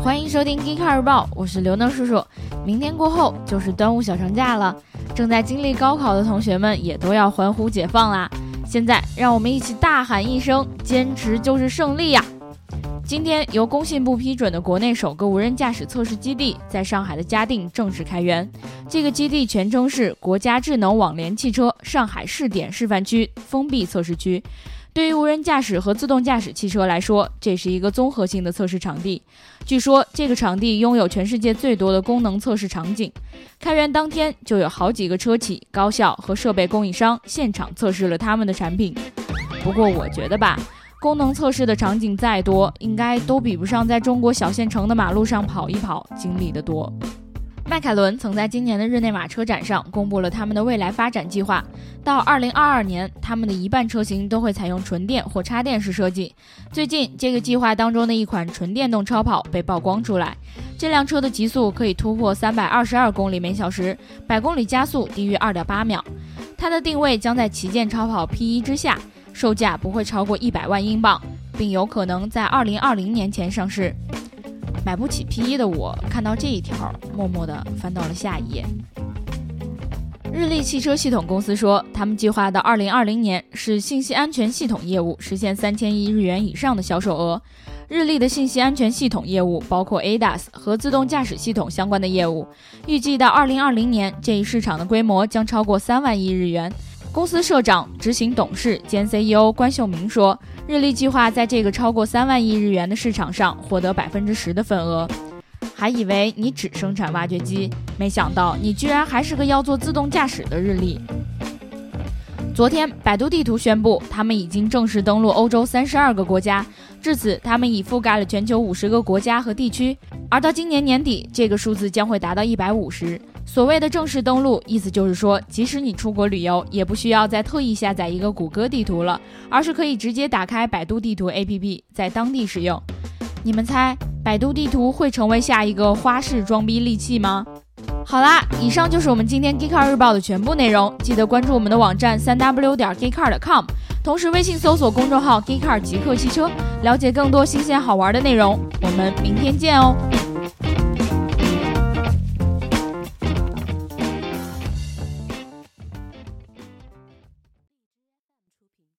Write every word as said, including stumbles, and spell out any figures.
欢迎收听 Geekcar 日报，我是刘能叔叔。明天过后就是端午小长假了，正在经历高考的同学们也都要欢呼解放啦！现在让我们一起大喊一声，坚持就是胜利呀！今天由工信部批准的国内首个无人驾驶测试基地在上海的嘉定正式开园。这个基地全称是国家智能网联汽车上海试点示范区封闭测试区。对于无人驾驶和自动驾驶汽车来说，这是一个综合性的测试场地。据说这个场地拥有全世界最多的功能测试场景。开园当天就有好几个车企、高校和设备供应商现场测试了他们的产品。不过我觉得吧，功能测试的场景再多，应该都比不上在中国小县城的马路上跑一跑经历的多。迈凯伦曾在今年的日内瓦车展上公布了他们的未来发展计划，到二零二二年，他们的一半车型都会采用纯电或插电式设计。最近，这个计划当中的一款纯电动超跑被曝光出来，这辆车的极速可以突破三百二十二公里每小时，百公里加速低于 二点八秒。它的定位将在旗舰超跑 P 一 之下，售价不会超过一百万英镑，并有可能在二零二零年前上市。买不起 P 一 的我看到这一条，默默地翻到了下一页。日立汽车系统公司说，他们计划到二零二零年使信息安全系统业务实现三千亿日元以上的销售额。日立的信息安全系统业务包括 A D A S 和自动驾驶系统相关的业务，预计到二零二零年这一市场的规模将超过三万亿日元。公司社长、执行董事兼 C E O 关秀明说，日立计划在这个超过三万亿日元的市场上获得百分之十的份额。还以为你只生产挖掘机，没想到你居然还是个要做自动驾驶的日立。昨天，百度地图宣布，他们已经正式登陆欧洲三十二个国家，至此，他们已覆盖了全球五十个国家和地区，而到今年年底，这个数字将会达到一百五十。所谓的正式登陆，意思就是说，即使你出国旅游，也不需要再特意下载一个谷歌地图了，而是可以直接打开百度地图 A P P， 在当地使用。你们猜，百度地图会成为下一个花式装逼利器吗？好啦，以上就是我们今天 Geekcar 日报的全部内容，记得关注我们的网站 三 w 点 geekcar 点 com， 同时微信搜索公众号 Geekcar 极客汽车，了解更多新鲜好玩的内容。我们明天见哦。